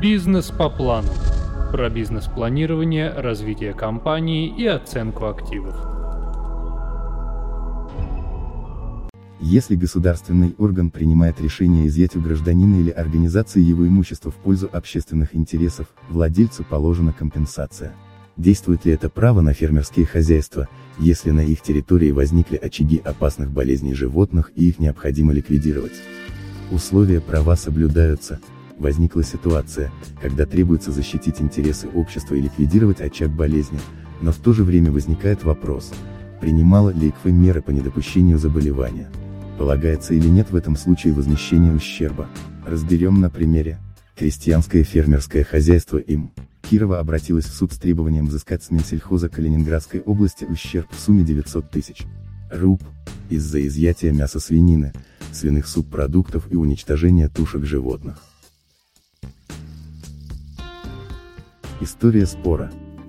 Бизнес по плану. Про бизнес-планирование, развитие компании и оценку активов. Если государственный орган принимает решение изъять у гражданина или организации его имущество в пользу общественных интересов, владельцу положена компенсация. Действует ли это право на фермерские хозяйства, если на их территории возникли очаги опасных болезней животных и их необходимо ликвидировать? Условия права соблюдаются. Возникла ситуация, когда требуется защитить интересы общества и ликвидировать очаг болезни, но в то же время возникает вопрос, принимала ли ИКФ меры по недопущению заболевания. Полагается или нет в этом случае возмещение ущерба? Разберем на примере. Крестьянское фермерское хозяйство им. Кирова обратилось в суд с требованием взыскать с Минсельхоза Калининградской области ущерб в сумме 900 тысяч руб из-за изъятия мяса свинины, свиных субпродуктов и уничтожения тушек животных. История спора.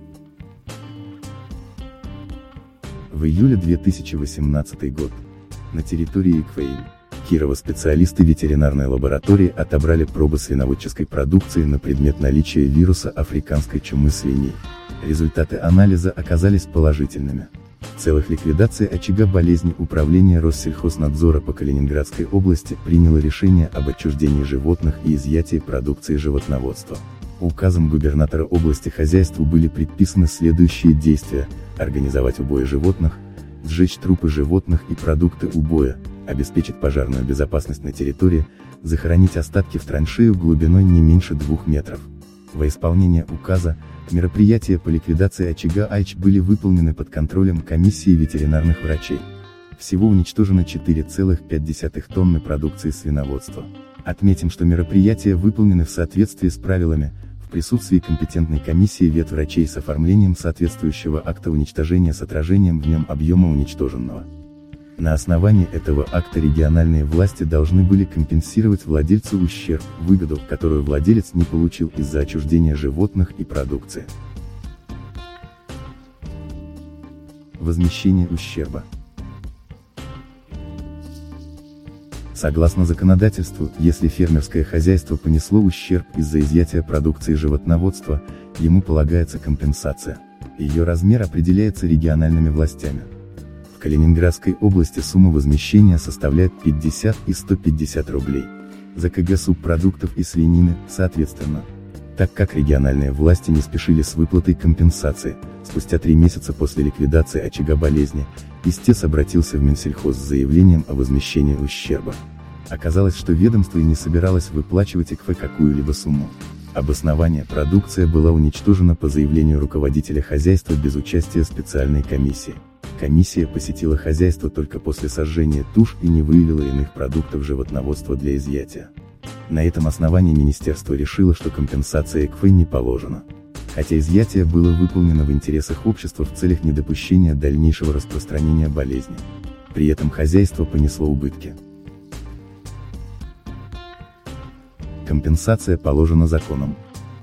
В июле 2018 год. На территории ИКФ Кирова специалисты ветеринарной лаборатории отобрали пробы свиноводческой продукции на предмет наличия вируса африканской чумы свиней. Результаты анализа оказались положительными. В целях ликвидации очага болезни Управление Россельхознадзора по Калининградской области приняло решение об отчуждении животных и изъятии продукции животноводства. Указом губернатора области хозяйству были предписаны следующие действия: организовать убой животных, сжечь трупы животных и продукты убоя, обеспечить пожарную безопасность на территории, захоронить остатки в траншею глубиной не меньше 2 метров. Во исполнение указа, мероприятия по ликвидации очага АИЧ были выполнены под контролем комиссии ветеринарных врачей. Всего уничтожено 4,5 тонны продукции свиноводства. Отметим, что мероприятия выполнены в соответствии с правилами, в присутствии компетентной комиссии ветврачей с оформлением соответствующего акта уничтожения с отражением в нем объема уничтоженного. На основании этого акта региональные власти должны были компенсировать владельцу ущерб, выгоду, которую владелец не получил из-за отчуждения животных и продукции. Возмещение ущерба. Согласно законодательству, если фермерское хозяйство понесло ущерб из-за изъятия продукции животноводства, ему полагается компенсация. Ее размер определяется региональными властями. В Калининградской области сумма возмещения составляет 50 и 150 рублей. За КГ субпродуктов и свинины, соответственно. Так как региональные власти не спешили с выплатой компенсации, спустя 3 месяца после ликвидации очага болезни, истец обратился в Минсельхоз с заявлением о возмещении ущерба. Оказалось, что ведомство и не собиралось выплачивать ИКФ какую-либо сумму. Обоснование: продукция была уничтожена по заявлению руководителя хозяйства без участия специальной комиссии. Комиссия посетила хозяйство только после сожжения туш и не выявила иных продуктов животноводства для изъятия. На этом основании министерство решило, что компенсация ИКФ не положена. Хотя изъятие было выполнено в интересах общества в целях недопущения дальнейшего распространения болезни. При этом хозяйство понесло убытки. Компенсация положена законом.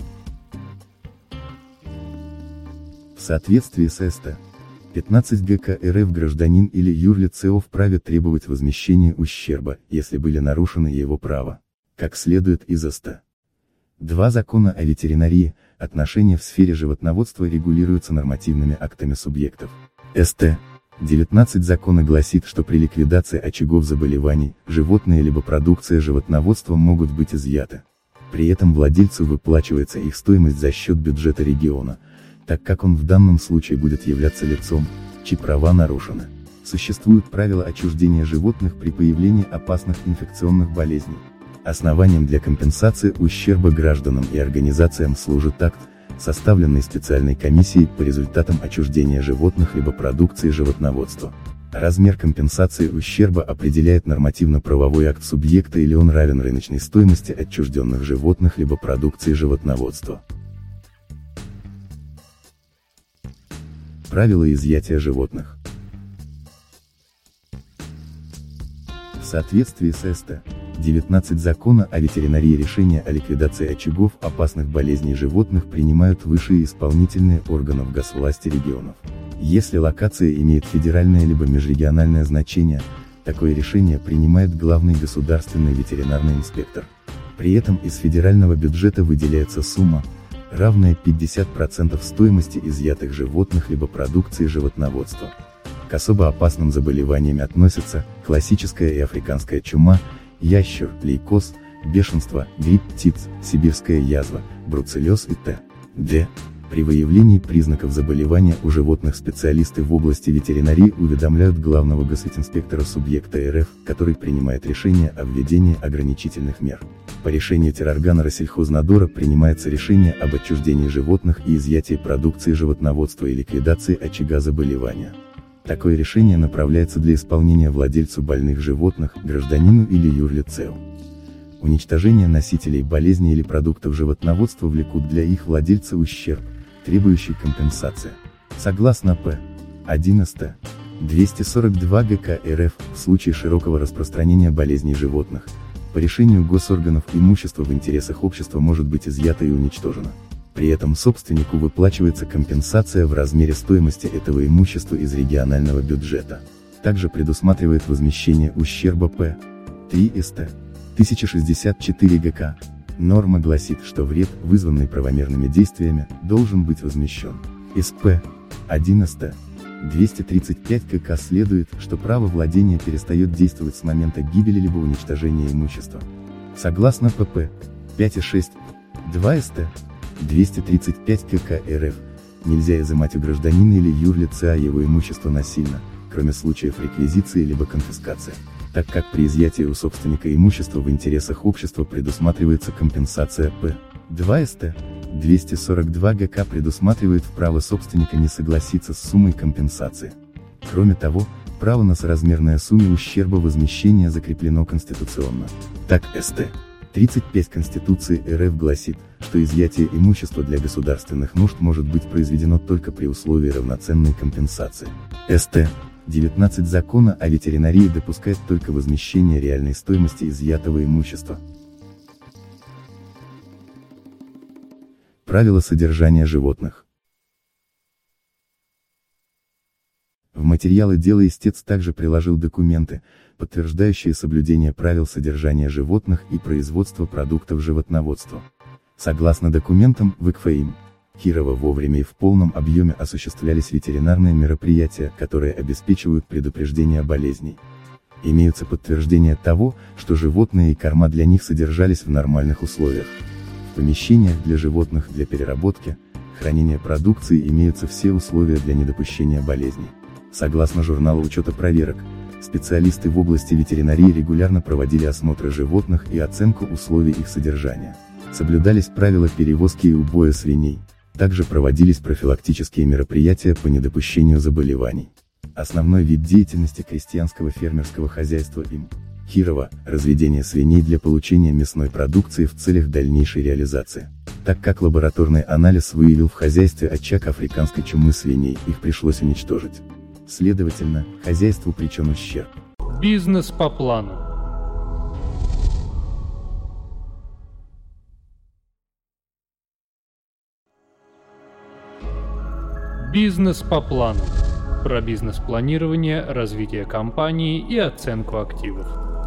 В соответствии с СТ 15 ГК РФ гражданин или юрлицо вправе требовать возмещения ущерба, если были нарушены его права. Как следует из СТ 2 Закона о ветеринарии, отношения в сфере животноводства регулируются нормативными актами субъектов. СТ 19 Закона гласит, что при ликвидации очагов заболеваний, животные либо продукция животноводства могут быть изъяты. При этом владельцу выплачивается их стоимость за счет бюджета региона, так как он в данном случае будет являться лицом, чьи права нарушены. Существуют правила отчуждения животных при появлении опасных инфекционных болезней. Основанием для компенсации ущерба гражданам и организациям служит акт, составленный специальной комиссией по результатам отчуждения животных либо продукции животноводства. Размер компенсации ущерба определяет нормативно-правовой акт субъекта или он равен рыночной стоимости отчужденных животных либо продукции животноводства. Правила изъятия животных. В соответствии с СТ 19 Закона о ветеринарии решения о ликвидации очагов опасных болезней животных принимают высшие исполнительные органы госвласти регионов. Если локация имеет федеральное либо межрегиональное значение, такое решение принимает главный государственный ветеринарный инспектор. При этом из федерального бюджета выделяется сумма, равная 50% стоимости изъятых животных либо продукции животноводства. К особо опасным заболеваниям относятся классическая и африканская чума, ящер, лейкоз, бешенство, грипп птиц, сибирская язва, бруцеллез и т.д. При выявлении признаков заболевания у животных специалисты в области ветеринарии уведомляют главного госинспектора субъекта РФ, который принимает решение о введении ограничительных мер. По решению тероргана Россельхознадзора принимается решение об отчуждении животных и изъятии продукции животноводства и ликвидации очага заболевания. Такое решение направляется для исполнения владельцу больных животных, гражданину или юрлицею. Уничтожение носителей болезни или продуктов животноводства влекут для их владельца ущерб, требующий компенсации. Согласно П. 11. 242 ГК РФ, в случае широкого распространения болезней животных, по решению госорганов имущество в интересах общества может быть изъято и уничтожено. При этом собственнику выплачивается компенсация в размере стоимости этого имущества из регионального бюджета. Также предусматривает возмещение ущерба П. 3 СТ. 1064 ГК. Норма гласит, что вред, вызванный правомерными действиями, должен быть возмещен. Из П. 11. 235 КК следует, что право владения перестает действовать с момента гибели либо уничтожения имущества. Согласно ПП. 5.6. 2 СТ. 235 КК РФ, нельзя изымать у гражданина или юрлица его имущество насильно, кроме случаев реквизиции либо конфискации, так как при изъятии у собственника имущества в интересах общества предусматривается компенсация П. 2 СТ. 242 ГК предусматривает право собственника не согласиться с суммой компенсации. Кроме того, право на соразмерное сумме ущерба возмещения закреплено конституционно. Так СТ. 35 Конституции РФ гласит, что изъятие имущества для государственных нужд может быть произведено только при условии равноценной компенсации. СТ. 19 Закона о ветеринарии допускает только возмещение реальной стоимости изъятого имущества. Правила содержания животных. В материалы дела истец также приложил документы, подтверждающие соблюдение правил содержания животных и производства продуктов животноводства. Согласно документам, в ИКФАИМ Кирова вовремя и в полном объеме осуществлялись ветеринарные мероприятия, которые обеспечивают предупреждение болезней. Имеются подтверждения того, что животные и корма для них содержались в нормальных условиях. В помещениях для животных для переработки, хранения продукции имеются все условия для недопущения болезней. Согласно журналу учета проверок, специалисты в области ветеринарии регулярно проводили осмотры животных и оценку условий их содержания. Соблюдались правила перевозки и убоя свиней. Также проводились профилактические мероприятия по недопущению заболеваний. Основной вид деятельности крестьянского фермерского хозяйства им. Кирова – разведение свиней для получения мясной продукции в целях дальнейшей реализации. Так как лабораторный анализ выявил в хозяйстве очаг африканской чумы свиней, их пришлось уничтожить. Следовательно, хозяйству причинен ущерб. Бизнес по плану. Бизнес по плану. Про бизнес-планирование, развитие компании и оценку активов.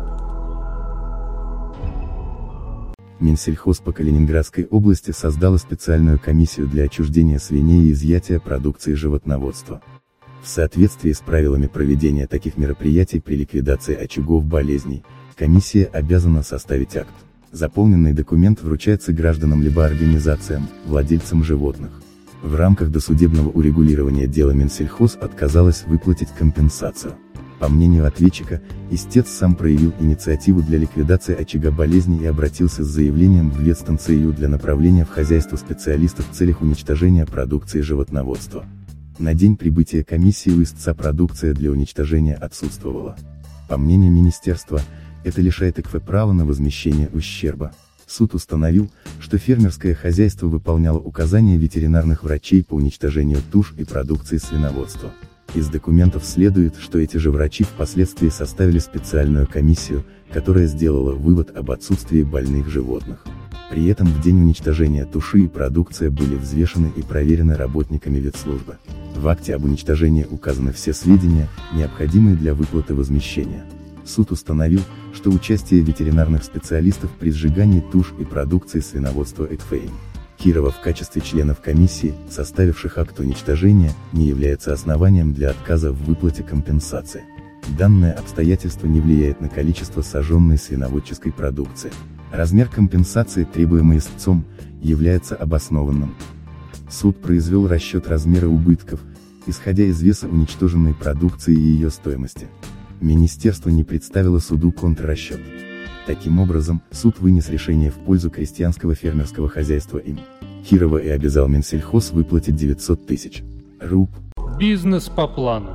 Минсельхоз по Калининградской области создала специальную комиссию для отчуждения свиней и изъятия продукции животноводства. В соответствии с правилами проведения таких мероприятий при ликвидации очагов болезней, комиссия обязана составить акт. Заполненный документ вручается гражданам либо организациям, владельцам животных. В рамках досудебного урегулирования дела Минсельхоз отказалась выплатить компенсацию. По мнению ответчика, истец сам проявил инициативу для ликвидации очага болезни и обратился с заявлением в ветстанцию для направления в хозяйство специалистов в целях уничтожения продукции животноводства. На день прибытия комиссии у истца продукция для уничтожения отсутствовала. По мнению министерства, это лишает ИКФ права на возмещение ущерба. Суд установил, что фермерское хозяйство выполняло указания ветеринарных врачей по уничтожению туш и продукции свиноводства. Из документов следует, что эти же врачи впоследствии составили специальную комиссию, которая сделала вывод об отсутствии больных животных. При этом в день уничтожения туши и продукция были взвешены и проверены работниками ветслужбы. В акте об уничтожении указаны все сведения, необходимые для выплаты возмещения. Суд установил, что участие ветеринарных специалистов при сжигании туш и продукции свиноводства Эквейн Кирова в качестве членов комиссии, составивших акт уничтожения, не является основанием для отказа в выплате компенсации. Данное обстоятельство не влияет на количество сожженной свиноводческой продукции. Размер компенсации, требуемой истцом, является обоснованным. Суд произвел расчет размера убытков, исходя из веса уничтоженной продукции и ее стоимости. Министерство не представило суду контррасчет. Таким образом, суд вынес решение в пользу крестьянского фермерского хозяйства им Кирова и обязал Минсельхоз выплатить 900 тысяч руб. Бизнес по плану.